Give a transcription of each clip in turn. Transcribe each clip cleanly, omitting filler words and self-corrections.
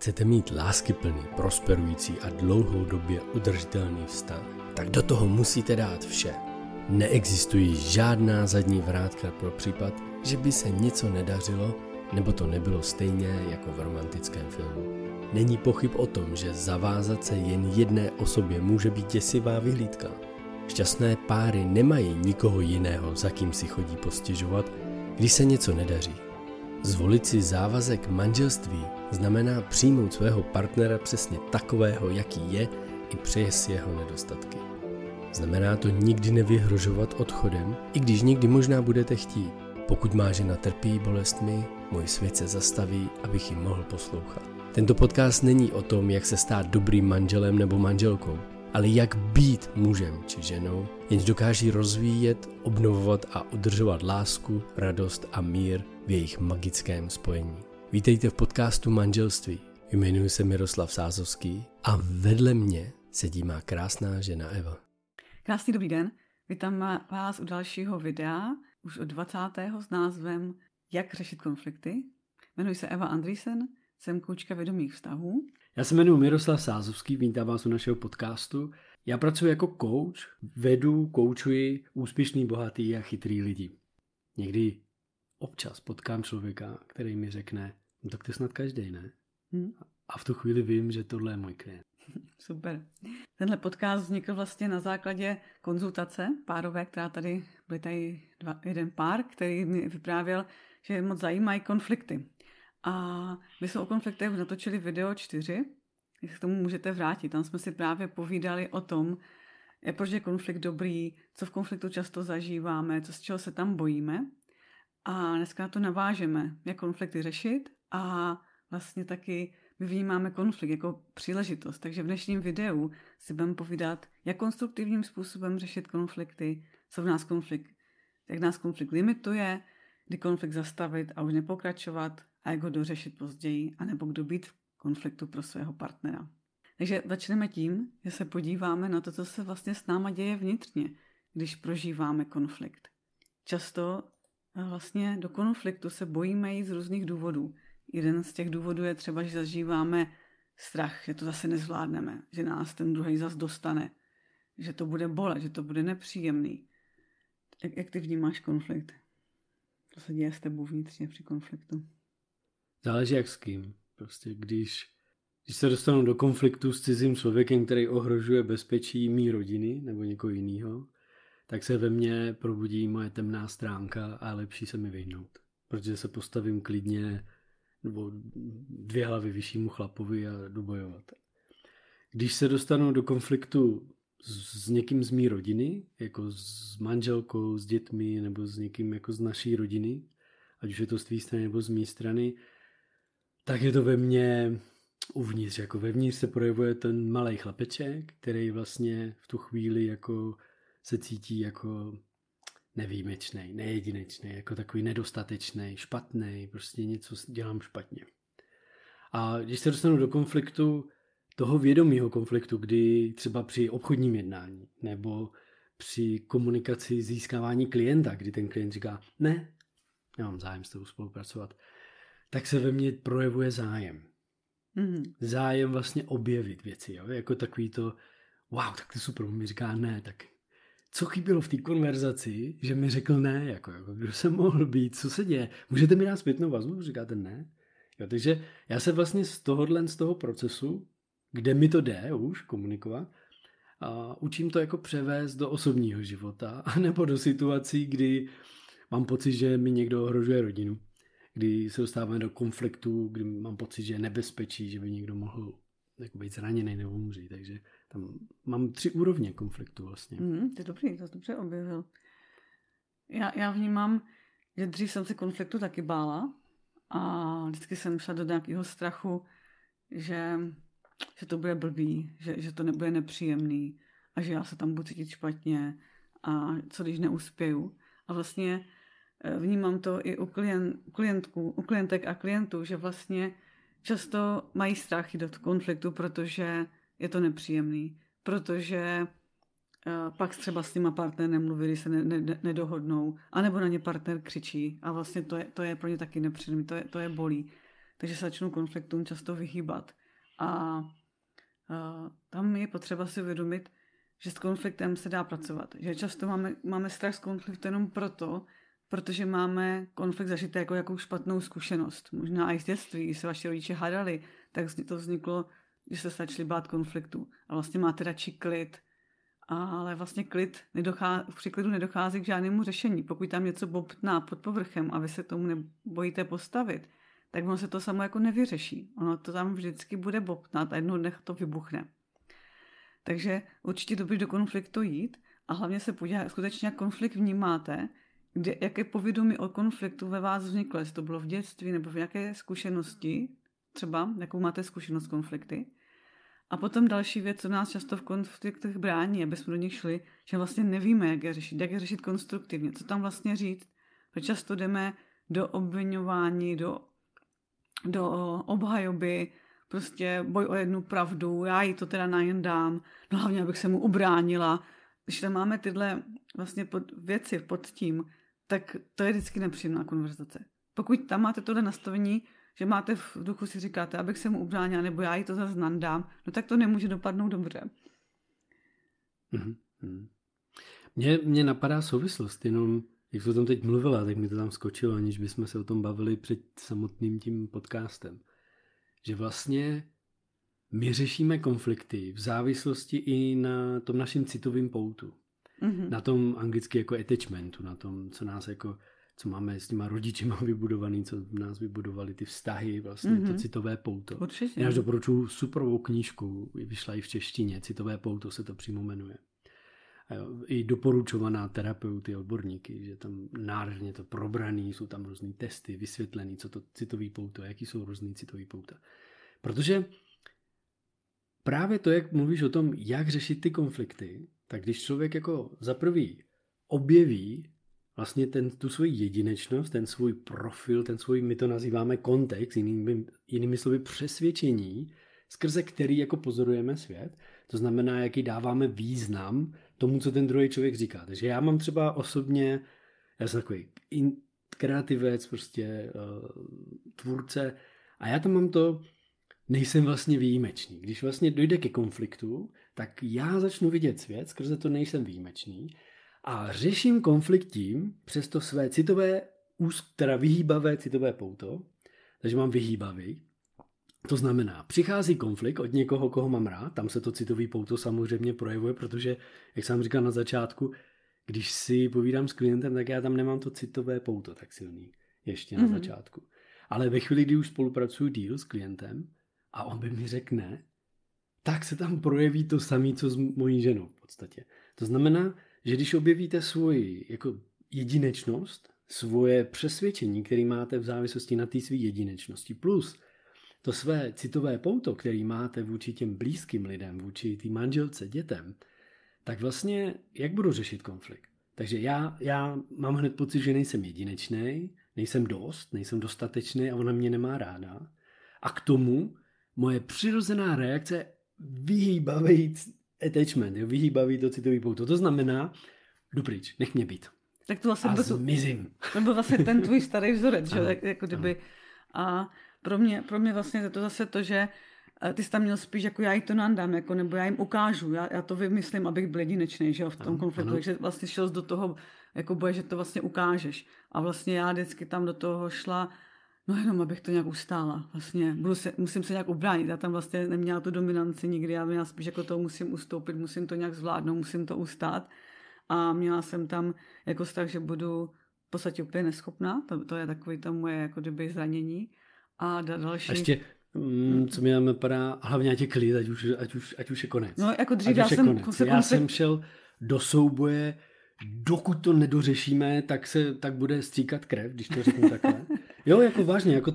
Chcete mít láskyplný, prosperující a dlouhodobě udržitelný vztah, tak do toho musíte dát vše. Neexistují žádná zadní vrátka pro případ, že by se něco nedařilo, nebo to nebylo stejně jako v romantickém filmu. Není pochyb o tom, že zavázat se jen jedné osobě může být děsivá vyhlídka. Šťastné páry nemají nikoho jiného, za kým si chodí postěžovat, když se něco nedaří. Zvolit si závazek manželství znamená přijmout svého partnera přesně takového, jaký je, i přes jeho nedostatky. Znamená to nikdy nevyhrožovat odchodem, i když někdy možná budete chtít. Pokud má žena trpí bolestmi, můj svět se zastaví, abych ji mohl poslouchat. Tento podcast není o tom, jak se stát dobrým manželem nebo manželkou, ale jak být mužem či ženou, jenž dokáží rozvíjet, obnovovat a udržovat lásku, radost a mír v jejich magickém spojení. Vítejte v podcastu Manželství. Jmenuji se Miroslav Sázovský a vedle mě sedí má krásná žena Eva. Krásný dobrý den, vítám vás u dalšího videa, už od 20. s názvem Jak řešit konflikty. Jmenuji se Eva Andrýsen, jsem koučka vědomých vztahů. Já se jmenuji Miroslav Sázovský, vítám vás u našeho podcastu. Já pracuji jako coach, koučuji úspěšný, bohatý a chytrý lidi. Někdy občas potkám člověka, který mi řekne, no tak to je snad každej, ne? A v tu chvíli vím, že tohle je můj klient. Super. Tenhle podcast vznikl vlastně na základě konzultace párové, byly tady jeden pár, který mi vyprávěl, že moc zajímají konflikty. A my jsme o konfliktech natočili video 4, jak se k tomu můžete vrátit. Tam jsme si právě povídali o tom, proč je konflikt dobrý, co v konfliktu často zažíváme, z čeho se tam bojíme. A dneska na to navážeme, jak konflikty řešit a vlastně taky my vnímáme konflikt jako příležitost. Takže v dnešním videu si budeme povídat, jak konstruktivním způsobem řešit konflikty, co v nás konflikt, jak nás konflikt limituje, kdy konflikt zastavit a už nepokračovat a jak ho dořešit později, anebo kdo být v konfliktu pro svého partnera. Takže začneme tím, že se podíváme na to, co se vlastně s náma děje vnitřně, když prožíváme konflikt. Často vlastně do konfliktu se bojíme jít z různých důvodů. Jeden z těch důvodů je třeba, že zažíváme strach, že to zase nezvládneme, že nás ten druhý zase dostane, že to bude bolet, že to bude nepříjemný. Jak ty vnímáš konflikt? Co se děje s tebou vnitřně při konfliktu? Záleží jak s kým. Prostě když se dostanu do konfliktu s cizím člověkem, který ohrožuje bezpečí mý rodiny nebo někoho jiného, tak se ve mně probudí moje temná stránka a lepší se mi vyhnout. Protože se postavím klidně nebo 2 hlavy vyššímu chlapovi a jdu bojovat. Když se dostanu do konfliktu s někým z mý rodiny, jako s manželkou, s dětmi nebo s někým jako z naší rodiny, ať už je to z tvý strany nebo z mý strany, tak je to ve mně uvnitř. Jako vevnitř se projevuje ten malej chlapeček, který vlastně v tu chvíli jako se cítí jako nevýjimečnej, nejedinečný, jako takový nedostatečný, špatný, prostě něco dělám špatně. A když se dostanu do konfliktu, toho vědomého konfliktu, kdy třeba při obchodním jednání nebo při komunikaci získávání klienta, kdy ten klient říká, ne, nemám zájem s tebou spolupracovat, tak se ve mně projevuje zájem. Zájem vlastně objevit věci, jo? Jako takový to, wow, tak to super, mi říká ne, tak co chybělo v té konverzaci, že mi řekl ne, jako kdo jsem mohl být, co se děje, můžete mi dát zpětnou vazbu, říkáte ne. Jo, takže já se vlastně z toho procesu, kde mi to jde už komunikovat, a učím to jako převést do osobního života, anebo do situací, kdy mám pocit, že mi někdo ohrožuje rodinu, kdy se dostáváme do konfliktu, kdy mám pocit, že je nebezpečí, že by někdo mohl jako být zraněný nebo umřít, takže tam mám 3 úrovně konfliktu vlastně. To je dobrý, to jsi dobře objevil. Já vnímám, že dřív jsem se konfliktu taky bála a vždycky jsem šla do nějakého strachu, že to bude blbý, že to nebude nepříjemný a že já se tam budu cítit špatně a co když neuspěju. A vlastně vnímám to i u klientek a klientů, že vlastně často mají strach jít do konfliktu, protože je to nepříjemný, protože pak třeba s nima partner nemluví, když se nedohodnou, anebo na ně partner křičí a vlastně to je pro ně taky nepříjemný, to je bolí. takže se začnou konfliktům často vyhýbat. A tam je potřeba si uvědomit, že s konfliktem se dá pracovat. Že často máme strach z konfliktu jenom protože máme konflikt zažitý jako jakou špatnou zkušenost. Možná i z dětství, když se vaši rodiče hádali, tak to vzniklo, že se začali bát konfliktu. A vlastně máte radši klid. Ale vlastně při klidu nedochází k žádnému řešení. Pokud tam něco bobtná pod povrchem a vy se tomu nebojíte postavit, tak ono se to samo jako nevyřeší. Ono to tam vždycky bude bobtnat a jednou dne to vybuchne. Takže určitě dobrý do konfliktu jít a hlavně se podívat skutečně, jak konflikt vnímáte, jaké povědomí o konfliktu ve vás vzniklo, jestli to bylo v dětství nebo v nějaké zkušenosti, třeba jakou máte zkušenost konflikty. A potom další věc, co nás často v konfliktech brání, aby jsme do nich šli, že vlastně nevíme, jak je řešit konstruktivně, co tam vlastně říct. Protože často jdeme do obviňování, do obhajoby, prostě boj o jednu pravdu, já jí to teda najendám, no hlavně, abych se mu ubránila. Když tam máme tyhle vlastně věci pod tím, tak to je vždycky nepříjemná konverzace. Pokud tam máte tohle nastavení, že máte v duchu si říkáte, abych se mu ubránila, nebo já jí to zase nandám, no tak to nemůže dopadnout dobře. Mm-hmm. Mně napadá souvislost, jenom jak jsi o tom teď mluvila, tak mi to tam skočilo, aniž bychom se o tom bavili před samotným tím podcastem. Že vlastně my řešíme konflikty v závislosti i na tom našem citovém poutu. Mm-hmm. Na tom anglicky jako attachmentu, na tom, co máme s těma rodičima vybudovaný, co v nás vybudovali ty vztahy, vlastně to citové pouto. Určitě. Já doporučuji superovou knížku, vyšla i v češtině, Citové pouto se to přímo jmenuje. I doporučovaná terapeuty, odborníky, že tam nádherně to probraný, jsou tam různý testy, vysvětlený, co to citový pouto, jaký jsou různý citový pouta. Protože právě to, jak mluvíš o tom, jak řešit ty konflikty, tak když člověk jako za prvý objeví vlastně tu svoji jedinečnost, ten svůj profil, my to nazýváme kontext, jinými slovy přesvědčení, skrze který jako pozorujeme svět, to znamená, jaký dáváme význam tomu, co ten druhý člověk říká. Takže já mám třeba osobně, já jsem takový kreativec, prostě tvůrce a já tam mám to, nejsem vlastně výjimečný. Když vlastně dojde ke konfliktu, tak já začnu vidět svět, skrze to nejsem výjimečný a řeším konflikt tím, přes to své citové, teda vyhýbavé citové pouto, takže mám vyhýbavý. To znamená, přichází konflikt od někoho, koho mám rád, tam se to citový pouto samozřejmě projevuje, protože, jak jsem říkal na začátku, když si povídám s klientem, tak já tam nemám to citové pouto tak silný, ještě na začátku. Ale ve chvíli, kdy už spolupracuju díl s klientem a on by mi řekne, tak se tam projeví to samé, co s mojí ženou v podstatě. To znamená, že když objevíte svoji jako jedinečnost, svoje přesvědčení, které máte v závislosti na té své jedinečnosti, plus to své citové pouto, který máte vůči těm blízkým lidem, vůči té manželce, dětem, tak vlastně jak budu řešit konflikt? Takže já mám hned pocit, že nejsem jedinečný, nejsem dostatečný a ona mě nemá ráda. A k tomu moje přirozená reakce vyhýbavý attachment, vyhýbavý to citový pouto. To znamená, jdu pryč, nech mě být. Tak to vlastně zmizím. To byl vlastně ten tvůj starý vzorec, že? Jako kdyby. A pro mě vlastně je to zase to, že ty jsi tam měl spíš, jako já jí to nandám, jako, nebo já jim ukážu, já to vymyslím, abych byl jedinečný, že jo, v tom konfliktu, takže vlastně šel do toho, jako boje, že to vlastně ukážeš. A vlastně já vždycky tam do toho šla, no jenom abych to nějak ustála, vlastně musím se nějak ubránit, já tam vlastně neměla tu dominanci nikdy, já měla spíš jako to musím ustoupit, musím to nějak zvládnout, musím to ustát a měla jsem tam jako strach, že budu v podstatě úplně neschopná, to je takový to moje jako kdyby zranění. A další. A ještě, co mi napadá, hlavně ať je klid, ať už je konec. No, jako dřív já jsem šel do souboje, dokud to nedořešíme, tak bude stříkat krev, když to řeknu takhle. Jo, jako vážně, jako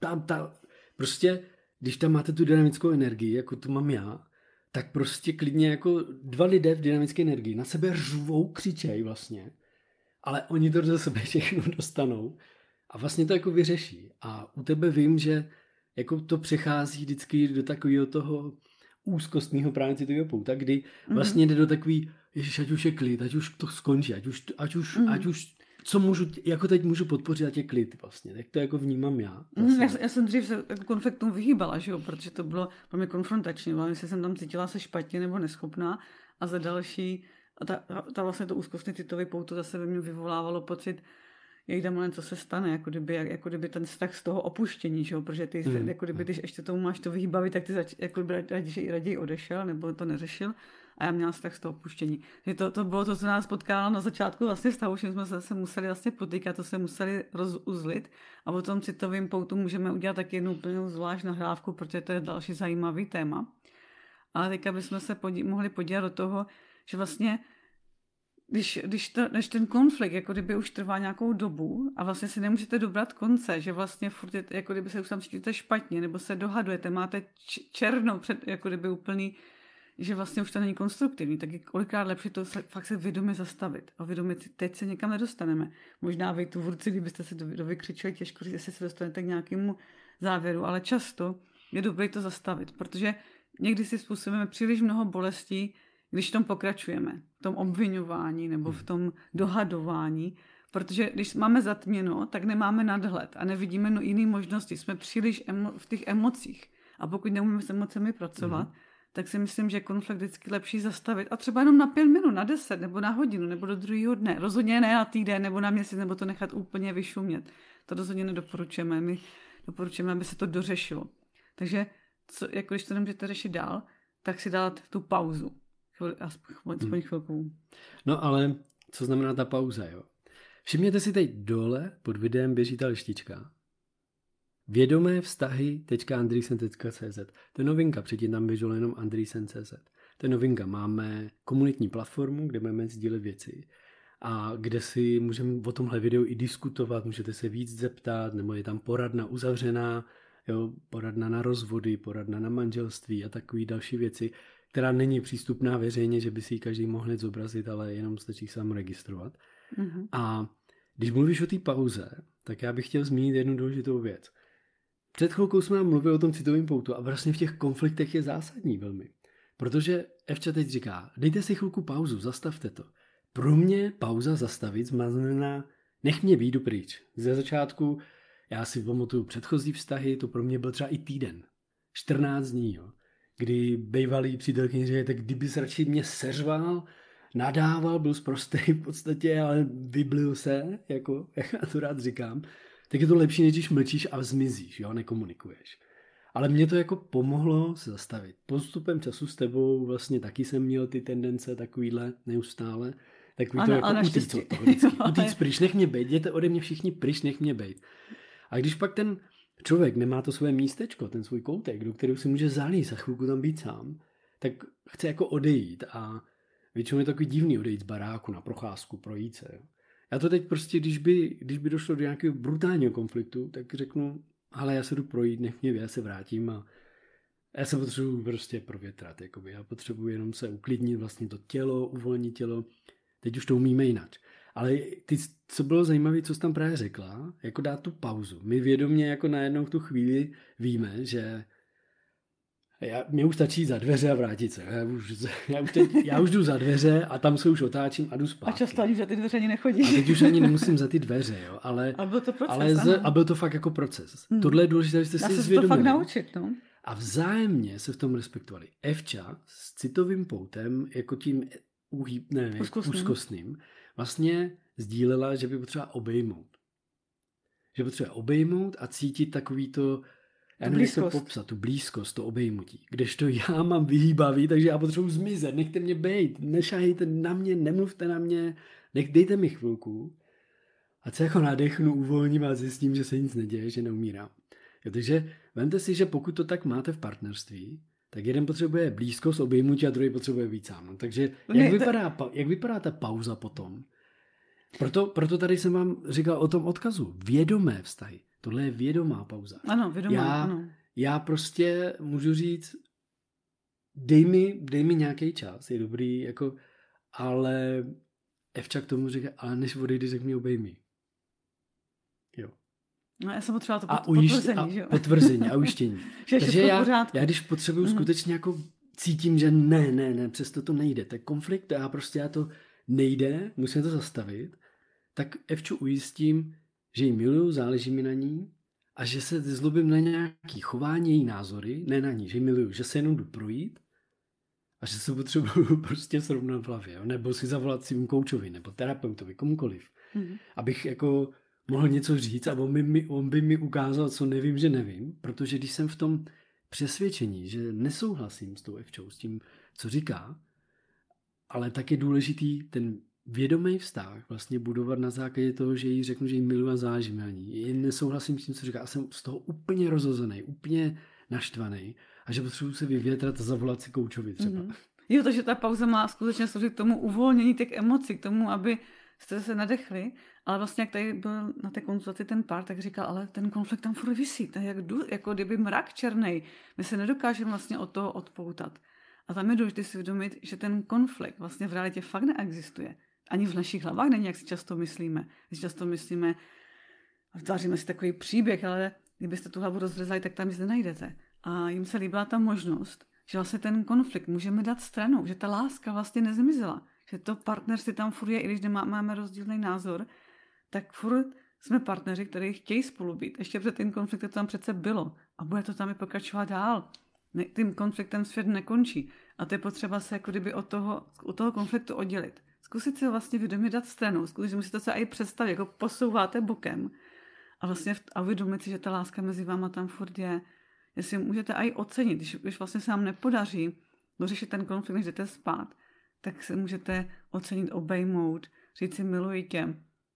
prostě, když tam máte tu dynamickou energii, jako tu mám já, tak prostě klidně jako dva lidé v dynamické energii na sebe řvou, křičejí vlastně, ale oni to do sebe všechno dostanou a vlastně to jako vyřeší. A u tebe vím, že jako to přechází vždycky do takového toho úzkostného právě citového pouta, kdy vlastně jde do takový, ježiš, ať už je klid, ať už to skončí, ať už co můžu, jako teď můžu podpořit a tě klid vlastně, tak to jako vnímám já. Já jsem dřív se konfliktům vyhýbala, že jo, protože to bylo pro mě konfrontační, jestli jsem tam cítila se špatně nebo neschopná a za další, a ta vlastně to úzkostný citový pouto zase ve mně vyvolávalo pocit, jak co se stane, jako kdyby ten vztah z toho opuštění, že jo, protože ty, jako kdyby, když ještě tomu máš to vyhýbavit, tak ty jako by raději odešel, nebo to neřešil a já měla vztah z toho opuštění. Že to bylo to, co nás potkalo na začátku vlastně vztahu, že jsme se museli vlastně potýkat, to se museli rozuzlit a o tom citovým poutu můžeme udělat taky jednu úplně zvlášť nahrávku, protože to je další zajímavý téma. Ale teďka bychom se mohli podívat do toho, že vlastně když ten konflikt jako kdyby už trvá nějakou dobu a vlastně si nemůžete dobrat konce, že vlastně furt je, jako kdyby se už tam cítíte špatně, nebo se dohadujete, máte černo před, jako kdyby úplný, že vlastně už to není konstruktivní, tak je kolikrát lepší to fakt se vědomě zastavit. A vědomě teď se někam nedostaneme. Možná vy tu vůdci, kdybyste se dovykřičili, těžko říct, jestli se dostanete k nějakému závěru, ale často je dobré to zastavit, protože někdy si způsobíme příliš mnoho bolestí, když v tom pokračujeme, v tom obviňování nebo v tom dohadování, protože když máme zatměno, tak nemáme nadhled a nevidíme jiné možnosti. Jsme příliš v těch emocích a pokud neumíme s emocemi pracovat, tak si myslím, že konflikt vždycky lepší zastavit a třeba jenom na 5 minut, na 10 nebo na hodinu nebo do druhého dne. Rozhodně ne na týden nebo na měsíc nebo to nechat úplně vyšumět. To rozhodně nedoporučujeme. My doporučujeme, aby se to dořešilo. Takže jako když to nemůžete řešit dál, tak si dát tu pauzu. Aspoň chvilku. No ale co znamená ta pauza, jo? Všimněte si teď dole pod videem běží ta lištička. Vědomé vztahy.andresen.cz. To je novinka, předtím tam běželo jenom andresen.cz. To je novinka, máme komunitní platformu, kde máme sdílet věci a kde si můžeme o tomhle videu i diskutovat, můžete se víc zeptat, nebo je tam poradna uzavřená, jo, poradna na rozvody, poradna na manželství a takové další věci, která není přístupná veřejně, že by si ji každý mohl zobrazit, ale jenom stačí sám registrovat. A když mluvíš o té pauze, tak já bych chtěl zmínit jednu důležitou věc. Před chvilkou jsme mluvili o tom citovém poutu a vlastně v těch konfliktech je zásadní velmi. Protože Evča teď říká, dejte si chvilku pauzu, zastavte to. Pro mě pauza zastavit znamená, nech mě výjdu pryč. Ze začátku, já si pamatuju předchozí vztahy, to pro mě byl třeba i týden. 14 dní, jo. Kdy bývalý přítelkyně říkají, tak kdybys radši mě seřval, nadával, byl sprostej v podstatě, ale vyblil se, jako, jak já to rád říkám, tak je to lepší, než když mlčíš a zmizíš, jo, nekomunikuješ. Ale mě to jako pomohlo se zastavit. Postupem času s tebou vlastně taky jsem měl ty tendence takovýhle neustále, takový to jako utíct od toho vždycky. Utíct pryč, nech mě bejt, jděte ode mě všichni pryč, nech mě bejt. A když pak ten člověk nemá to své místečko, ten svůj koutek, do kterého si může zalíst a chvilku tam být sám, tak chce jako odejít a většinou je takový divný odejít z baráku na procházku, projít se. Jo. Já to teď prostě, když by došlo do nějakého brutálního konfliktu, tak řeknu, ale já se jdu projít, nech mě, já se vrátím a já se potřebuji prostě provětrat. Jakoby. Já potřebuji jenom se uklidnit vlastně to tělo, uvolnit tělo. Teď už to umíme jinak. Ale co bylo zajímavé, co jsi tam právě řekla, jako dát tu pauzu. My vědomě jako najednou v tu chvíli víme, že mě už stačí za dveře a vrátit se. Já už jdu za dveře a tam se už otáčím a jdu zpátky. A často ani za ty dveře ani nechodíš. A teď už ani nemusím za ty dveře, jo. Ale byl to proces, a byl to fakt jako proces. Tohle je důležité, že jste si zvědomili. Dá se to fakt naučit, no. A vzájemně se v tom respektovali. Evča s citovým poutem, jako tím úzkostným, vlastně sdílela, že by potřeba obejmout. Že potřeba obejmout a cítit takový to, já nevím, jak to popsat, tu blízkost, to obejmutí. Kdežto já mám vyhýbavý, takže já potřebuji zmizet, nechte mě bejt, nešahejte na mě, nemluvte na mě, dejte mi chvilku. A co jako nadechnu, uvolním a zjistím, že se nic neděje, že neumírám. Jo, takže vemte si, že pokud to tak máte v partnerství, tak jeden potřebuje blízkost, obejmutí a druhý potřebuje víc sám. No, takže jak vypadá ta pauza potom? Proto tady jsem vám říkal o tom odkazu. Vědomé vztahy. Tohle je vědomá pauza. Ano, vědomá, ano. Já prostě můžu říct, dej mi nějaký čas, je dobrý, jako, ale Evča k tomu říká, ale než odejdeš, tak mě obejmi. Jo. No, já jsem potřebovala to potvrzení, že jo? Potvrzení a ujištění. Takže já když potřebuju skutečně jako cítím, že ne, přesto to nejde. To je konflikt, já to nejde, musím to zastavit, tak Evču ujistím, že ji miluju, záleží mi na ní a že se zlobím na nějaký chování, její názory, ne na ní, že ji miluju, že se jenom jdu projít a že se potřebuju prostě srovnat v hlavě, jo? Nebo si zavolat svým koučovi nebo terapeutovi, komukoliv, abych jako mohl něco říct a on by mi ukázal, co nevím, že nevím, protože když jsem v tom přesvědčení, že nesouhlasím s tou Evčou, s tím, co říká, ale tak je důležitý ten vědomý vztah vlastně budovat na základě toho, že jí řeknu, že jí miluji a záleží na ní. Jen nesouhlasím s tím, co říká a jsem z toho úplně rozhozený, úplně naštvaný a že potřebuji se vyvětrat a zavolat si koučovi třeba. Jo, takže ta pauza má skutečně sloužit k tomu uvolnění těch emocí, k tomu, aby jste se nadechli, ale vlastně jak tady byl na té konzultaci ten pár, tak říkal, ale ten konflikt tam furt visí, to je jako kdyby mrak černej, my se nedokážeme vlastně od toho odpoutat. A tam je důležité si uvědomit, že ten konflikt vlastně v realitě fakt neexistuje. Ani v našich hlavách není, jak si často myslíme. Si často myslíme a vytváříme si takový příběh, ale kdybyste tu hlavu rozřezali, tak tam nic nenajdete. A jim se líbila ta možnost, že vlastně ten konflikt můžeme dát stranou, že ta láska vlastně nezmizela, že to partnerství tam furt je, i když máme rozdílný názor, tak furt jsme partneři, kteří chtějí spolu být. Ještě před tím konfliktem to tam přece bylo a bude to tam i pokračovat dál. Tím konfliktem svět nekončí a to je potřeba se jako kdyby od toho konfliktu oddělit. Zkusit si ho vlastně vědomě dát stranou, zkusit, že musíte se i představit, jako posouváte bokem a vlastně a uvědomit si, že ta láska mezi váma tam furt je. Jestli můžete i ocenit, když vlastně se vám nepodaří dořešit ten konflikt, než jdete spát, tak se můžete ocenit, obejmout, říct si miluji tě,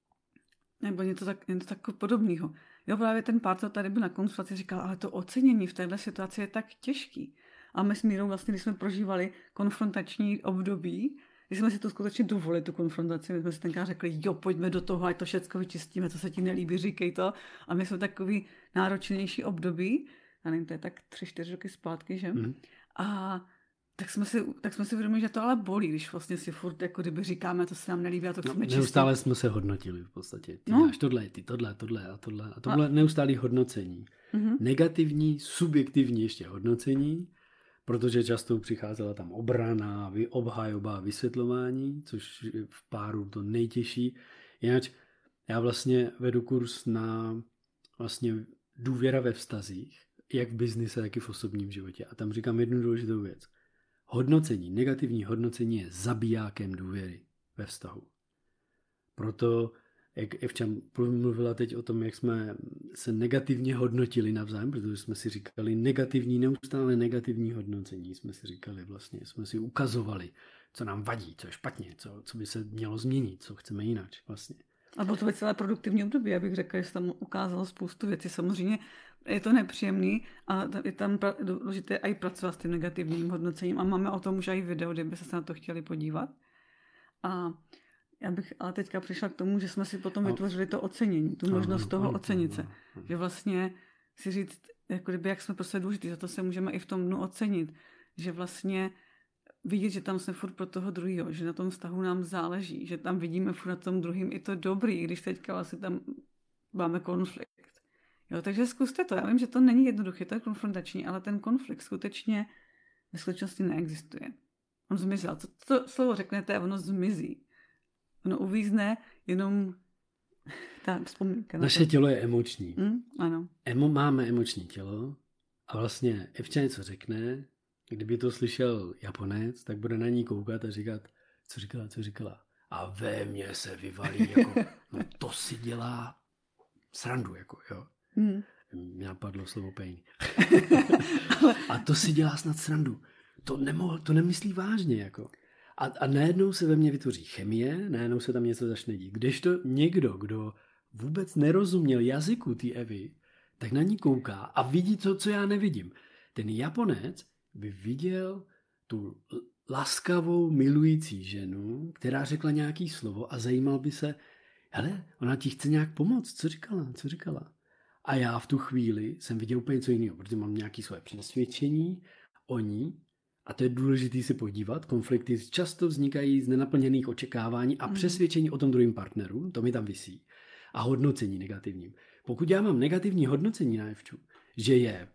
nebo něco tak podobného. Jo, právě ten pár, co tady byl na konzultaci, říkal, ale to ocenění v této situaci je tak těžký. A my s Mírou vlastně, když jsme prožívali konfrontační období, když jsme si to skutečně dovolili, tu konfrontaci, my jsme si tenkrát řekli, jo, pojďme do toho, ať to všechno vyčistíme, co se ti nelíbí, říkej to. A my jsme takový náročnější období, já nevím, to je tak 3-4 roky zpátky, že? A tak jsme si uvědomili, že to ale bolí, když vlastně si furt jako kdyby říkáme, to se nám nelíbí a to chceme čistit. Neustále jsme se hodnotili v podstatě. Ty máš tohle, ty tohle a tohle. A to bylo neustálé hodnocení. Negativní, subjektivní ještě hodnocení, protože často přicházela tam obrana, obhajoba, vysvětlování, což je v páru to nejtěžší. Jinak já vlastně vedu kurz na vlastně důvěra ve vztazích, jak v biznise, tak i v osobním životě. A tam říkám jednu důležitou věc. Hodnocení, negativní hodnocení je zabijákem důvěry ve vztahu. Proto, jak Evča mluvila teď o tom, jak jsme se negativně hodnotili navzájem, protože jsme si říkali neustále negativní hodnocení, jsme si říkali vlastně, jsme si ukazovali, co nám vadí, co je špatně, co by se mělo změnit, co chceme jinak vlastně. A bylo to celé produktivní období, já bych řekla, že se tam ukázalo spoustu věcí. Samozřejmě je to nepříjemný a je tam důležité i pracovat s tím negativním hodnocením a máme o tom už i video, kdyby se na to chtěli podívat. A já bych ale teďka přišla k tomu, že jsme si potom vytvořili to ocenění, tu možnost toho ocenit se. Že vlastně si říct, jako kdyby, jak jsme prostě důležitý, za to se můžeme i v tom dnu ocenit. Že vlastně vidět, že tam jsme furt pro toho druhého, že na tom vztahu nám záleží, že tam vidíme furt na tom druhým i to dobrý, i když teďka vlastně tam máme konflikt. Jo, takže zkuste to. Já vím, že to není jednoduché, to je konfrontační, ale ten konflikt skutečně ve skutečnosti neexistuje. On zmizel. To slovo řeknete a ono zmizí. Ono uvízne jenom ta vzpomínka. Naše tělo je emoční. Ano. Máme emoční tělo a vlastně Evča něco řekne, kdyby to slyšel Japonec, tak bude na ní koukat a říkat, co říkala. A ve mně se vyvalí, jako, no to si dělá srandu, jako, jo. Mě napadlo slovo pain. A to si dělá snad srandu. To nemyslí vážně, jako. A najednou se ve mně vytvoří chemie, najednou se tam něco začne dít. Kdežto někdo, kdo vůbec nerozuměl jazyku té Evy, tak na ní kouká a vidí to, co já nevidím. Ten Japonec by viděl tu laskavou, milující ženu, která řekla nějaký slovo a zajímal by se, hele, ona ti chce nějak pomoct, co říkala. A já v tu chvíli jsem viděl úplně něco jiného, protože mám nějaké svoje přesvědčení o ní a to je důležité si podívat. Konflikty často vznikají z nenaplněných očekávání a přesvědčení o tom druhém partneru, to mi tam visí. A hodnocení negativním. Pokud já mám negativní hodnocení na Evču, že je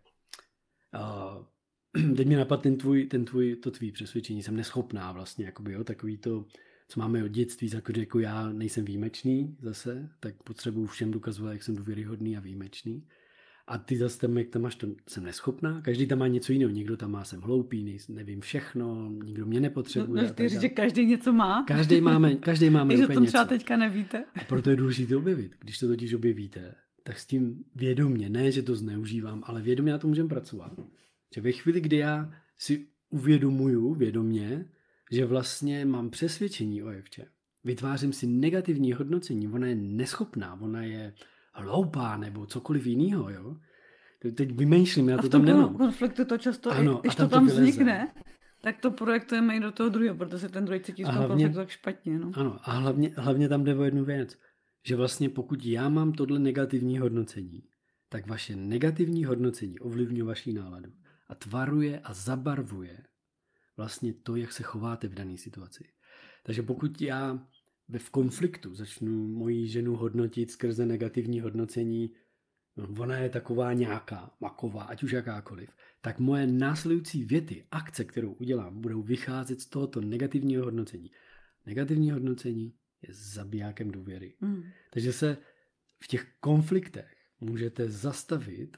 teď mi napadl to tvý přesvědčení, jsem neschopná vlastně, jakoby, jo, takový to co máme od dětství, jako já nejsem výjimečný zase, tak potřebuji všem dokazovat, jak jsem důvěryhodný a výjimečný. A ty zase tam, jak tam máš, to jsem neschopná. Každý tam má něco jiného. Někdo tam má, jsem hloupý, nevím všechno, nikdo mě nepotřebuje. No, ty říct, že každý něco má. Každý máme Když o tom třeba teďka nevíte. A proto je důležité objevit. Když to totiž objevíte, tak s tím vědomě, ne, že to zneužívám, ale vědomě na to můžeme pracovat. Že ve chvíli, kdy já si uvědomuju vědomě, že vlastně mám přesvědčení o Evče, vytvářím si negativní hodnocení, ona je neschopná, ona je hloupá nebo cokoliv jiného, jo. Teď vymýšlím, já to tam nemám. A v konfliktu to často, ano, když to tam vznikne, tak to projektujeme i do toho druhého, protože ten druhý cítí z toho konfliktu tak špatně. No. Ano, a hlavně tam jde o jednu věc, že vlastně pokud já mám tohle negativní hodnocení, tak vaše negativní hodnocení ovlivňuje vaši náladu a tvaruje a zabarvuje vlastně to, jak se chováte v dané situaci. Takže pokud já v konfliktu začnu moji ženu hodnotit skrze negativní hodnocení, ona je taková nějaká, maková, ať už jakákoliv, tak moje následující věty, akce, kterou udělám, budou vycházet z tohoto negativního hodnocení. Negativní hodnocení je zabijákem důvěry. Takže se v těch konfliktech můžete zastavit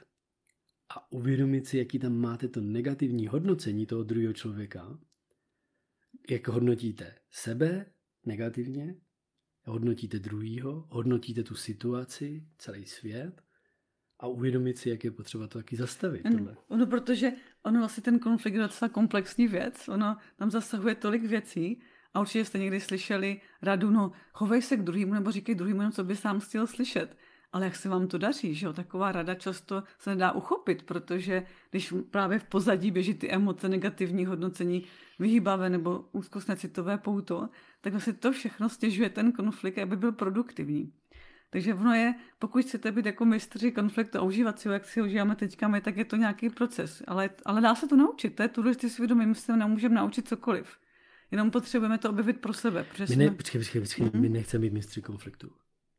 a uvědomit si, jaký tam máte to negativní hodnocení toho druhého člověka, jak hodnotíte sebe negativně, hodnotíte druhýho, hodnotíte tu situaci, celý svět a uvědomit si, jak je potřeba to taky zastavit. Ono, protože vlastně ten konflikt je docela komplexní věc, ono tam zasahuje tolik věcí a určitě jste někdy slyšeli radu, no chovej se k druhému nebo říkej druhému, co by sám chtěl slyšet. Ale jak se vám to daří, že jo? Taková rada často se nedá uchopit, protože když právě v pozadí běží ty emoce, negativní hodnocení, vyhýbavé nebo úzkostné citové pouto, tak vlastně to všechno stěžuje ten konflikt, aby byl produktivní. Takže ono je, pokud chcete být jako mistři konfliktu a užívat si ho, jak si ho užíváme teďka my, tak je to nějaký proces. Ale dá se to naučit, to je důležité si vědomí, my se nemůžeme naučit cokoliv. Jenom potřebujeme to objevit pro sebe. Počkej, my nechceme být mistři konfliktu.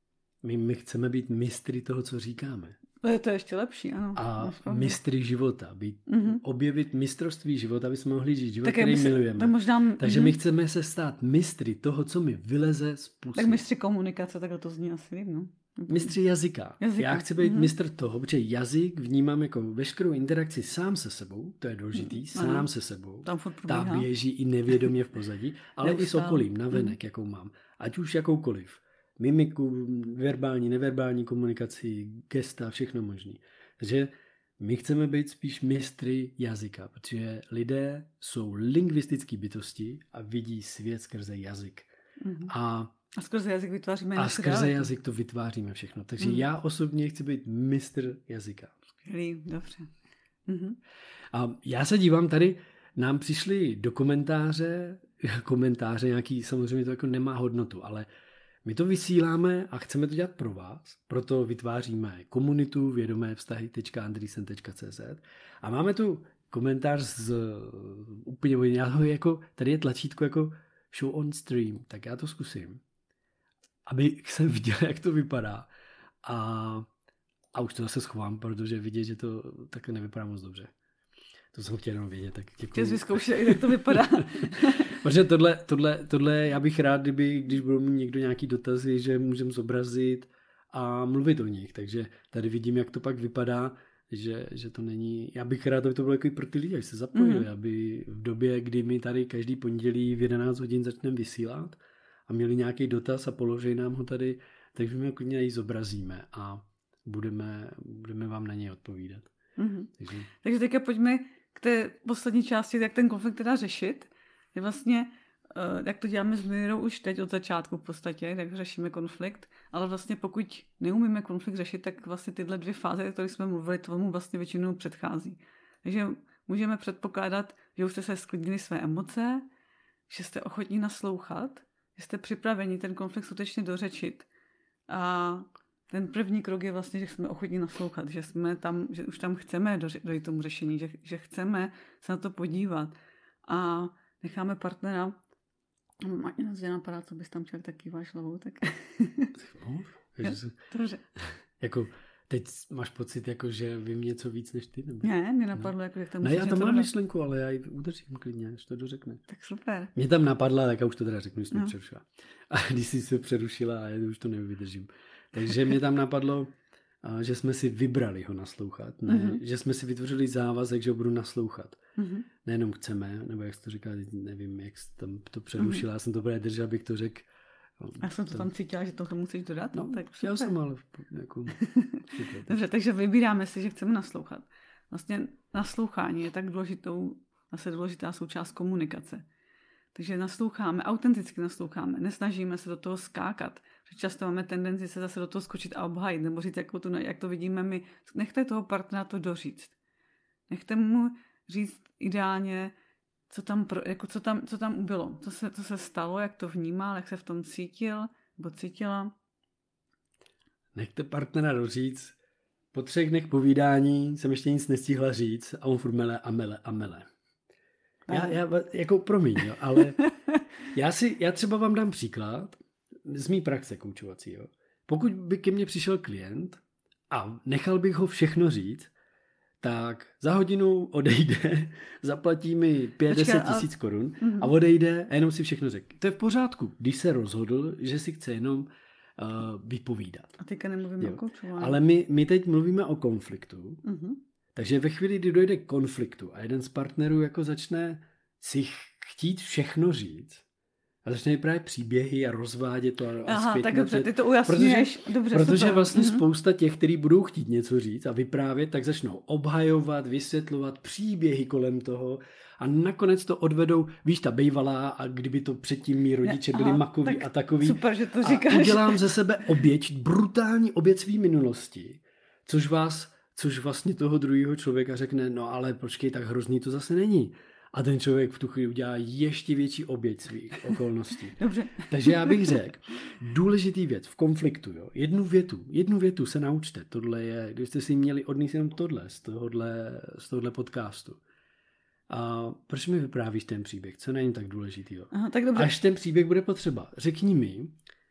My chceme být mistry toho, co říkáme. To je ještě lepší, ano. A mistry života. Objevit mistrovství života, aby jsme mohli žít život, který milujeme. Takže my chceme se stát mistry toho, co mi vyleze z pusy. Tak mistři komunikace, takhle to zní asi líp, no. Mistři jazyka. Já chci být mistr toho, protože jazyk vnímám jako veškerou interakci sám se sebou, to je důležitý, sám se sebou. Ta běží i nevědomě v pozadí, ale i s okolím, navenek, jakou mám. Ať už jakoukoliv. Mimiku, verbální, neverbální komunikaci, gesta, všechno možný. Takže my chceme být spíš mistry jazyka, protože lidé jsou lingvistické bytosti a vidí svět skrze jazyk. A skrze jazyk vytváříme jazyk to vytváříme všechno. Takže já osobně chci být mistr jazyka. Skvělý, dobře. A já se dívám tady, nám přišly do komentáře nějaký, samozřejmě to jako nemá hodnotu, ale my to vysíláme a chceme to dělat pro vás, proto vytváříme komunitu vědomé-vztahy.andreessen.cz a máme tu komentář z úplně jako, tady je tlačítko jako show on stream, tak já to zkusím, aby jsem viděl, jak to vypadá a už to zase schovám, protože vidět, že to tak nevypadá moc dobře. To jsem chtěl jenom vědět, tak děkuji. Chtěl jsi vyzkoušet, jak to vypadá. Protože tohle já bych rád, když budou mít někdo nějaký dotazy, že můžeme zobrazit a mluvit o nich. Takže tady vidím, jak to pak vypadá, že to není... Já bych rád, aby to bylo jako pro ty lidi, aby se zapojili, aby v době, kdy my tady každý pondělí v 11 hodin začneme vysílat a měli nějaký dotaz a položí nám ho tady, takže my klidně ji zobrazíme a budeme vám na něj odpovídat. Takže teďka pojďme k té poslední části, jak ten konflikt teda řešit. Je vlastně, jak to děláme s Mirou už teď od začátku v podstatě, jak řešíme konflikt, ale vlastně pokud neumíme konflikt řešit, tak vlastně tyhle dvě fáze, o kterých jsme mluvili, tomu vlastně většinou předchází. Takže můžeme předpokládat, že už jste se sklidnili své emoce, že jste ochotní naslouchat, že jste připraveni ten konflikt skutečně dořečit. A ten první krok je vlastně, že jsme ochotní naslouchat, že jsme tam, že už tam chceme dojít tomu řešení, že chceme se na to podívat a necháme partnera. Mě napadá, co bys tam člověk taky váš hlavou, tak. Dobře. Jako, teď máš pocit, jako, že vím něco víc než ty? Nebo? Ne, mě napadlo, jako, jak tam musíš já tam mám myšlenku, ale já ji udržím klidně, až to dořekneš. Tak super. Mě tam napadla, tak já už to teda řeknu, když jsi mě přerušila. A když jsi se přerušila, a já už to nevydržím. Takže mě tam napadlo, že jsme si vybrali ho naslouchat, ne, že jsme si vytvořili závazek, že ho budu naslouchat. Nejenom chceme, nebo jak jsi to říkala, nevím, jak jsi tam to přerušila, já jsem to právě držel, abych to řekl. Já jsem to tam cítila, že to musíš dodat. No, tak já jsem ale jako... Dobře, takže vybíráme si, že chceme naslouchat. Vlastně naslouchání je tak důležitá součást komunikace. Takže nasloucháme, autenticky nasloucháme, nesnažíme se do toho skákat. Protože často máme tendenci se zase do toho skočit a obhájit, nebo říct, jak to vidíme my. Nechte toho partnera to doříct. Nechte mu říct ideálně, co tam ubylo, co se stalo, jak to vnímal, jak se v tom cítil, nebo cítila. Nechte partnera doříct. Po 3 dnech povídání jsem ještě nic nestihla říct a on furt mele a mele a mele. Já jako promiň, jo, ale já třeba vám dám příklad z mý praxe koučovací. Jo. Pokud by ke mně přišel klient a nechal bych ho všechno říct, tak za hodinu odejde, zaplatí mi 5-10 tisíc korun a odejde a jenom si všechno řekne. To je v pořádku, když se rozhodl, že si chce jenom vypovídat. A teďka nemluvíme o koučování. Ale my teď mluvíme o konfliktu. Takže ve chvíli, kdy dojde k konfliktu a jeden z partnerů jako začne si chtít všechno říct a začne právě příběhy a rozvádět to Aha, tak dobře, ty to ujasňuješ. Protože vlastně spousta těch, kteří budou chtít něco říct a vyprávět, tak začnou obhajovat, vysvětlovat příběhy kolem toho a nakonec to odvedou, víš, ta bejvalá a kdyby to předtím mý rodiče byli makoví a takový. Super, že to říkáš. A udělám ze sebe oběť, brutální oběť svý minulosti, což vlastně toho druhého člověka řekne, no ale počkej, tak hrozný to zase není. A ten člověk v tu chvíli udělá ještě větší oběť svých okolností. Dobře. Takže já bych řekl, důležitý věc v konfliktu, jo, jednu větu se naučte. Tohle je, když jste si měli odníst jenom tohle z tohohle podcastu. A proč mi vyprávíš ten příběh? Co není tak důležitý? Aha, tak dobře. Až ten příběh bude potřeba. Řekni mi,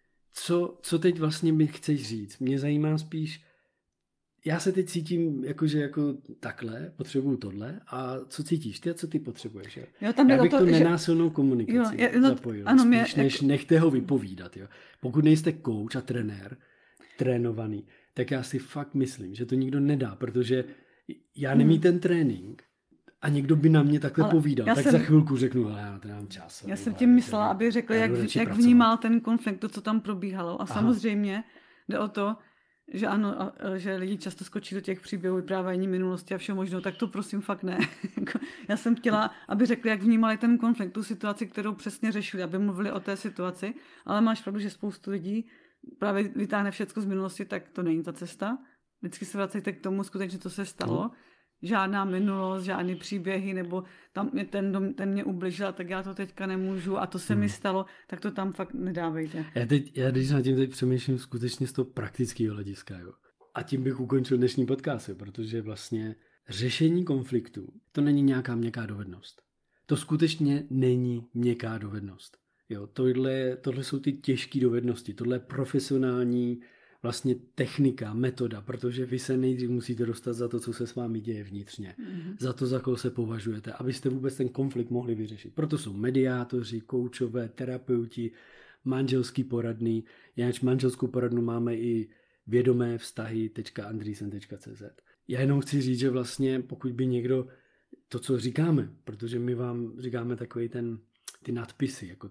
co teď vlastně mi chceš říct. Mě zajímá spíš, já se teď cítím jako takhle, potřebuju tohle a co cítíš ty a co ty potřebuješ? Jo? Jo, tam já bych tu nenásilnou komunikaci zapojil, spíš než nechte ho vypovídat. Jo? Pokud nejste coach a trenér, trénovaný, tak já si fakt myslím, že to nikdo nedá, protože já nemít ten trénink a někdo by na mě takhle povídal, tak za chvilku řeknu, ale já to nemám čas. Já jsem tím myslela, aby řekl, jak vnímal ten konflikt, to, co tam probíhalo. A samozřejmě jde o to, že ano, že lidi často skočí do těch příběhů vyprávění minulosti a všeho možného, tak to prosím fakt ne. Já jsem chtěla, aby řekli, jak vnímali ten konflikt, tu situaci, kterou přesně řešili, aby mluvili o té situaci, ale máš pravdu, že spoustu lidí právě vytáhne všechno z minulosti, tak to není ta cesta. Vždycky se vracejte k tomu skutečně, co se stalo. Žádná minulost, žádný příběhy, nebo tam ten mě ubližil, tak já to teďka nemůžu a to se mi stalo, tak to tam fakt nedávejte. Já když nad tím teď přemýšlím skutečně z toho praktického hlediska, jo. A tím bych ukončil dnešní podcast, jo, protože vlastně řešení konfliktu, to není nějaká měkká dovednost. To skutečně není měkká dovednost. Jo, tohle jsou ty těžké dovednosti, tohle je profesionální vlastně technika, metoda, protože vy se nejdřív musíte dostat za to, co se s vámi děje vnitřně. Za to, za koho se považujete, abyste vůbec ten konflikt mohli vyřešit. Proto jsou mediátoři, koučové, terapeuti, manželský poradný. Jinak manželskou poradnu máme i vědomé vztahy.andreessen.cz. Já jenom chci říct, že vlastně pokud by někdo to, co říkáme, protože my vám říkáme takový ty nadpisy, jako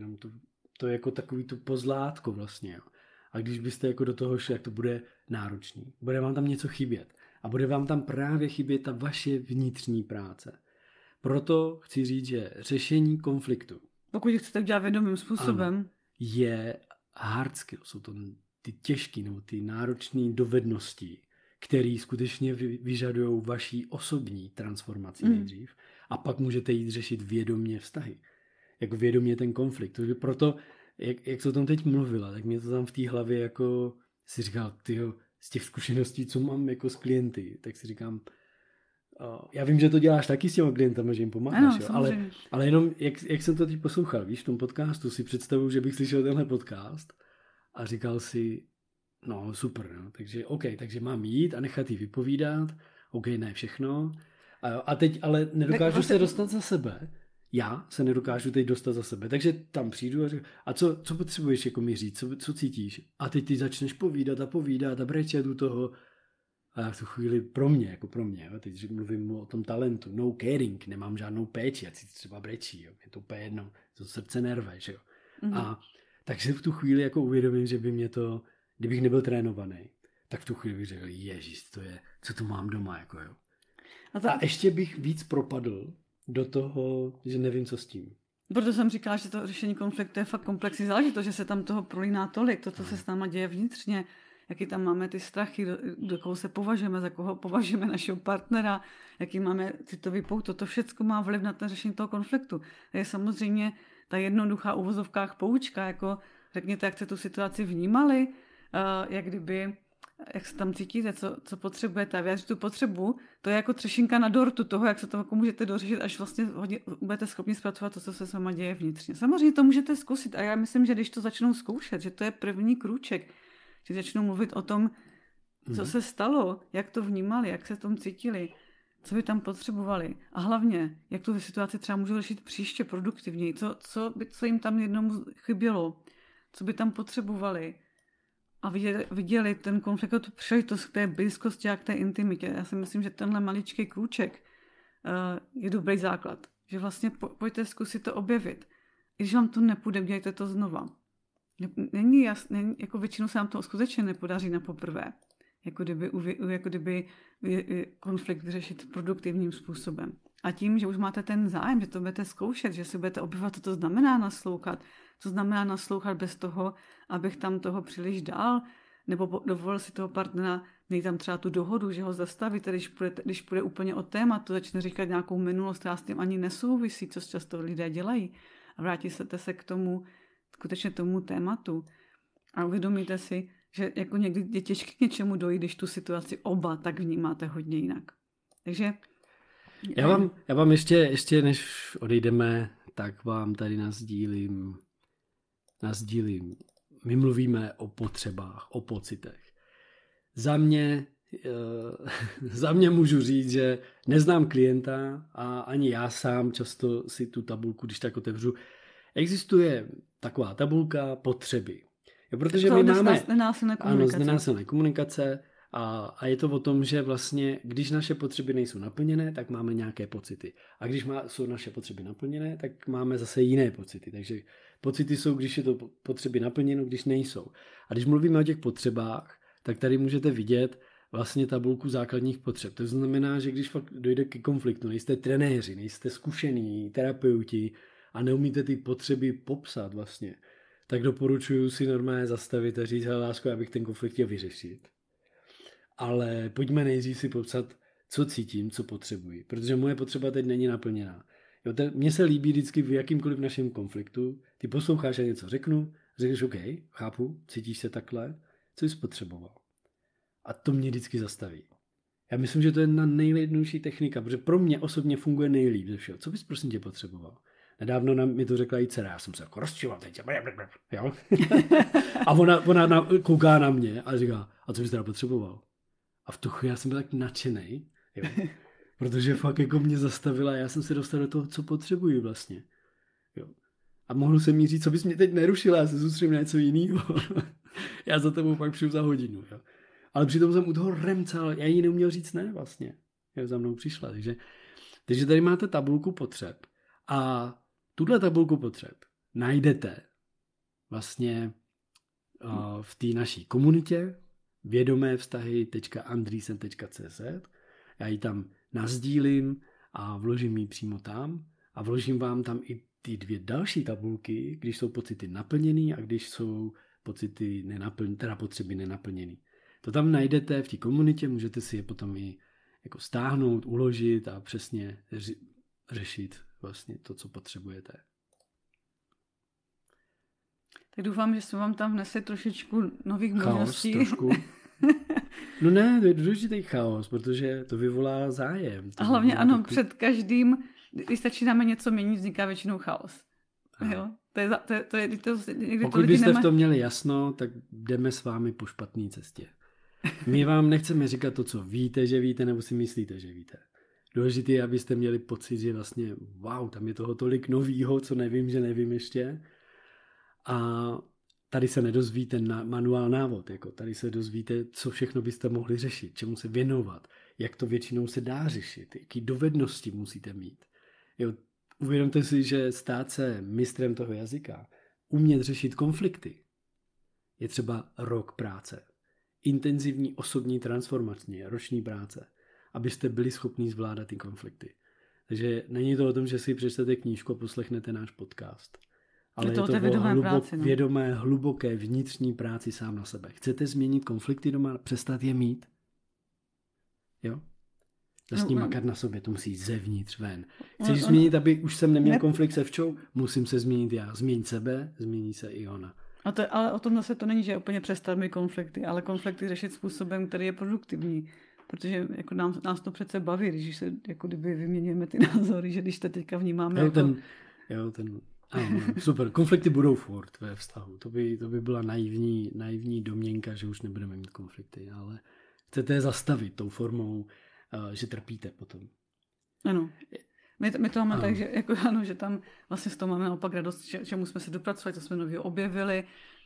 to je jako takový tu pozlátko vlastně, jo. A když byste jako do toho šli, jak to bude náročný. Bude vám tam něco chybět. A bude vám tam právě chybět ta vaše vnitřní práce. Proto chci říct, že řešení konfliktu, pokud chcete udělat vědomým způsobem, ano, je hard skill. Jsou to ty těžké nebo ty náročné dovednosti, které skutečně vyžadují vaší osobní transformaci nejdřív. A pak můžete jít řešit vědomě vztahy. Jako vědomě ten konflikt. Takže proto jak se o tom teď mluvila, tak mě to tam v té hlavě jako si říkal, tyjo, z těch zkušeností, co mám jako s klienty, tak si říkám, já vím, že to děláš taky s těma klientama, že jim pomáháš, ano, jo? Ale jenom, jak jsem to teď poslouchal, víš, v tom podcastu si představuju, že bych slyšel tenhle podcast a říkal si, No, super, no. Takže OK, takže mám jít a nechat jí vypovídat. OK, ne všechno. A teď ale nedokážu se dostat za sebe. Já se nedokážu teď dostat za sebe. Takže tam přijdu a řeknu, a co potřebuješ jako mi říct, co cítíš? A teď ty začneš povídat a brečet u toho. A v tu chvíli pro mě, jo, teď mluvím o tom talentu, no caring, nemám žádnou péči, ať si třeba brečí, jo, je to úplně jedno, to srdce nerve, že jo. Mm-hmm. A takže v tu chvíli jako uvědomím, že by mě to, kdybych nebyl trénovaný, tak v tu chvíli bych řekl, ježiš, to je, co tu mám doma, jako jo. A ještě bych víc propadl do toho, že nevím, co s tím. Proto jsem říkala, že to řešení konfliktu je fakt komplexní záležitost, že se tam toho prolíná tolik, to, co se s náma děje vnitřně, jaký tam máme ty strachy, do koho se považujeme, za koho považujeme našeho partnera, jaký máme citový pouto, to všechno má vliv na ten řešení toho konfliktu. Je samozřejmě ta jednoduchá uvozovkách poučka, jako řekněte, jak jste tu situaci vnímali, jak se tam cítíte, co potřebujete a vyjádřit tu potřebu, to je jako třešinka na dortu toho, jak se to jako můžete dořešit, až vlastně budete schopni zpracovat to, co se s váma děje vnitřně. Samozřejmě to můžete zkusit a já myslím, že když to začnou zkoušet, že to je první krůček, že začnou mluvit o tom, co se stalo, jak to vnímali, jak se v tom cítili, co by tam potřebovali a hlavně, jak tu situaci třeba můžou řešit příště produktivněji, co jim tam jednomu chybělo, co by tam potřebovali a viděli ten konflikt, tu příležitost k té blízkosti a k té intimitě. Já si myslím, že tenhle maličký krůček je dobrý základ, že vlastně pojďte zkusit to objevit. I když vám to nepůjde, dělejte to znova. Není jasné, jako většinou se vám to skutečně nepodaří na poprvé. Jako kdyby konflikt vyřešit produktivním způsobem. A tím, že už máte ten zájem, že to budete zkoušet, že si budete objevovat, co to znamená naslouchat, co znamená naslouchat bez toho, abych tam toho příliš dal, nebo dovolil si toho partnera, měj tam třeba tu dohodu, že ho zastavíte, když půjde úplně od tématu, začne říkat nějakou minulost, která s tím ani nesouvisí, co často lidé dělají. A vrátíte se k tomu, skutečně tomu tématu a uvědomíte si, že jako někdy je těžké k něčemu dojít, když tu situaci oba tak vnímáte hodně jinak. Takže já vám ještě než odejdeme, tak vám tady nasdílím. My mluvíme o potřebách, o pocitech. Za mě můžu říct, že neznám klienta a ani já sám často si tu tabulku, když tak otevřu, existuje taková tabulka potřeby. Jo, protože my máme nenásilné komunikace a je to o tom, že vlastně, když naše potřeby nejsou naplněné, tak máme nějaké pocity. A když jsou naše potřeby naplněné, tak máme zase jiné pocity. Takže pocity jsou, když je to potřeby naplněno, když nejsou. A když mluvíme o těch potřebách, tak tady můžete vidět vlastně tabulku základních potřeb. To znamená, že když fakt dojde ke konfliktu, nejste trenéři, nejste zkušení terapeuti a neumíte ty potřeby popsat vlastně, tak doporučuji si normálně zastavit a říct, hele lásko, já bych ten konflikt chtěl vyřešit. Ale pojďme nejdřív si popsat, co cítím, co potřebuji. Protože moje potřeba teď není naplněná. Mně se líbí vždycky v jakýmkoliv našem konfliktu, ty posloucháš a něco řeknu, řekneš OK, chápu, cítíš se takhle, co jsi potřeboval. A to mě vždycky zastaví. Já myslím, že to je nejjednodušší technika, protože pro mě osobně funguje nejlíp ze všeho. Co bys prosím tě potřeboval? Nedávno mi to řekla i dcera, já jsem se jako rozčival teď. Jo? A ona kouká na mě a říká, a co bys teda potřeboval? A v tu chvíli já jsem byl tak nadšenej, jo? Protože fakt jako mě zastavila a já jsem se dostal do toho, co potřebuji vlastně. Jo? A mohl jsem jí říct, co bys mě teď nerušila, já se soustředím na něco jiného. Já za tebou pak přijdu za hodinu. Jo? Ale přitom jsem u toho remcal, já jí neuměl říct ne vlastně. Jak za mnou přišla. Takže tady máte tabulku potřeb a tuhle tabulku potřeb najdete vlastně v té naší komunitě vědomévztahy.andreessen.cz. Já ji tam nasdílím a vložím ji přímo tam a vložím vám tam i ty dvě další tabulky, když jsou pocity naplněný a když jsou pocity potřeby nenaplněný. To tam najdete v té komunitě, můžete si je potom i jako stáhnout, uložit a přesně řešit vlastně to, co potřebujete. Tak doufám, že jsme vám tam vnesli trošičku nových možností. Chaos trošku. No ne, to je důležitý chaos, protože to vyvolá zájem. A hlavně ano, před každým, když začínáme něco měnit, vzniká většinou chaos. Jo, to je někdy pokud byste v tom měli jasno, tak jdeme s vámi po špatné cestě. My vám nechceme říkat to, co víte, že víte, nebo si myslíte, že víte. Důležité je, abyste měli pocit, že vlastně wow, tam je toho tolik novýho, co nevím, že nevím ještě. A tady se nedozvíte manuál návod, jako tady se dozvíte, co všechno byste mohli řešit, čemu se věnovat, jak to většinou se dá řešit, jaký dovednosti musíte mít. Jo, uvědomte si, že stát se mistrem toho jazyka, umět řešit konflikty, je třeba rok práce. Intenzivní osobní transformační, roční práce, abyste byli schopni zvládat ty konflikty. Takže není to o tom, že si přečtete knížku a poslechnete náš podcast. Ale je to o vědomé, hluboké vnitřní práci sám na sebe. Chcete změnit konflikty doma, přestat je mít? Jo? Začni makat na sobě, to musí zevnitř ven. Chceš změnit, aby už jsem neměl konflikt se včou? Musím se změnit já. Změň sebe, změní se i ona. Ale o tom zase to není, že úplně přestat mít konflikty, ale konflikty řešit způsobem, který je produktivní. Protože jako nás to přece baví, když se jako kdyby vyměňujeme ty názory, že když to teďka vnímáme ano, super. Konflikty budou furt ve vztahu. To by byla naivní domněnka, že už nebudeme mít konflikty, ale chcete je zastavit tou formou, že trpíte potom. Ano. My to máme tak, že, že tam vlastně z toho máme naopak radost, čemu jsme se dopracovali, co jsme nově objevili,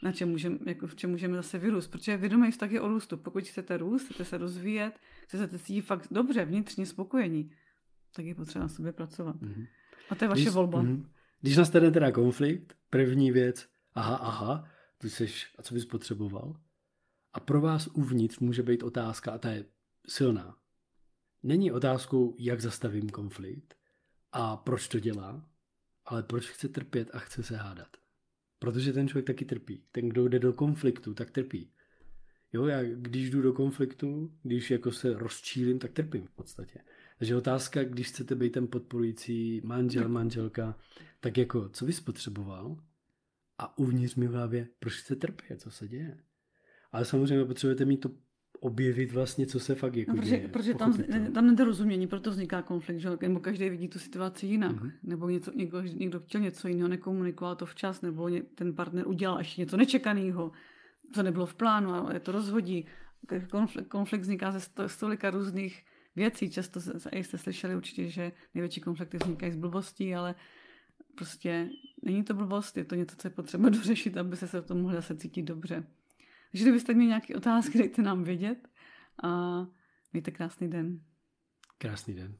v čem můžeme zase vyrůst. Protože vědomý vztah je o růstu. Pokud chcete růst, chcete se rozvíjet, chcete cítit fakt dobře, vnitřně spokojení, tak je potřeba na sobě pracovat. Mm-hmm. A to je vaše volba. Mm-hmm. Když nastane teda konflikt, první věc, ty seš, a co bys potřeboval? A pro vás uvnitř může být otázka, a ta je silná. Není otázkou, jak zastavím konflikt a proč to dělá, ale proč chce trpět a chce se hádat. Protože ten člověk taky trpí. Ten, kdo jde do konfliktu, tak trpí. Jo, já když jdu do konfliktu, když jako se rozčílím, tak trpím v podstatě. Takže otázka, když chcete být ten podporující manžel, manželka, tak jako, co bys potřeboval? A uvnitř mi v hlavě, proč chce trpět, co se děje? Ale samozřejmě potřebujete mít to objevit vlastně, co se fakt jako děje. Protože tam není rozumění, proto vzniká konflikt, že? Nebo každý vidí tu situaci jinak. Mm-hmm. Nebo někdo chtěl něco jiného, nekomunikoval to včas, nebo ten partner udělal ještě něco nečekaného, co nebylo v plánu a je to rozhodí. Konflikt vzniká ze stolika různých věcí. Často jste slyšeli určitě, že největší konflikty vznikají z blbostí, ale prostě není to blbost, je to něco, co je potřeba dořešit, aby se v tom mohli zase cítit dobře. Takže kdybyste měli nějaké otázky, dejte nám vědět a mějte krásný den. Krásný den.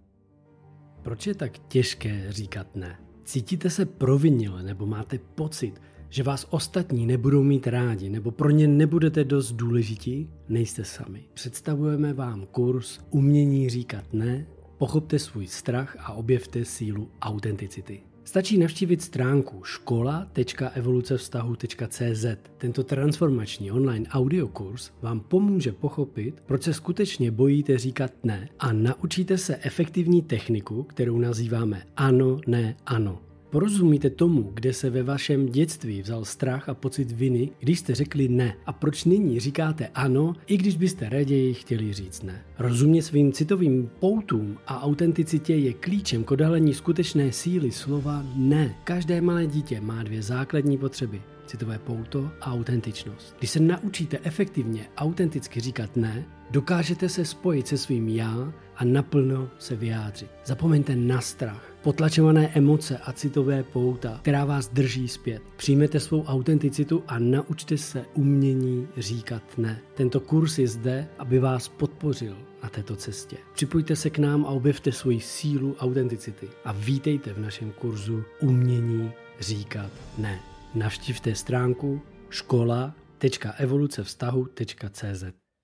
Proč je tak těžké říkat ne? Cítíte se provinile nebo máte pocit, že vás ostatní nebudou mít rádi nebo pro ně nebudete dost důležití? Nejste sami. Představujeme vám kurz Umění říkat ne, pochopte svůj strach a objevte sílu autenticity. Stačí navštívit stránku škola.evolucevztahu.cz. Tento transformační online audiokurs vám pomůže pochopit, proč se skutečně bojíte říkat ne a naučíte se efektivní techniku, kterou nazýváme ano, ne, ano. Porozumíte tomu, kde se ve vašem dětství vzal strach a pocit viny, když jste řekli ne a proč nyní říkáte ano, i když byste raději chtěli říct ne. Rozumět svým citovým poutům a autenticitě je klíčem k odhalení skutečné síly slova ne. Každé malé dítě má 2 základní potřeby. Citové pouto a autentičnost. Když se naučíte efektivně autenticky říkat ne, dokážete se spojit se svým já a naplno se vyjádřit. Zapomeňte na strach, potlačované emoce a citové pouta, která vás drží zpět. Přijměte svou autenticitu a naučte se umění říkat ne. Tento kurz je zde, aby vás podpořil na této cestě. Připojte se k nám a objevte svoji sílu autenticity a vítejte v našem kurzu Umění říkat ne. Navštivte stránku škola.evolucevztahu.cz.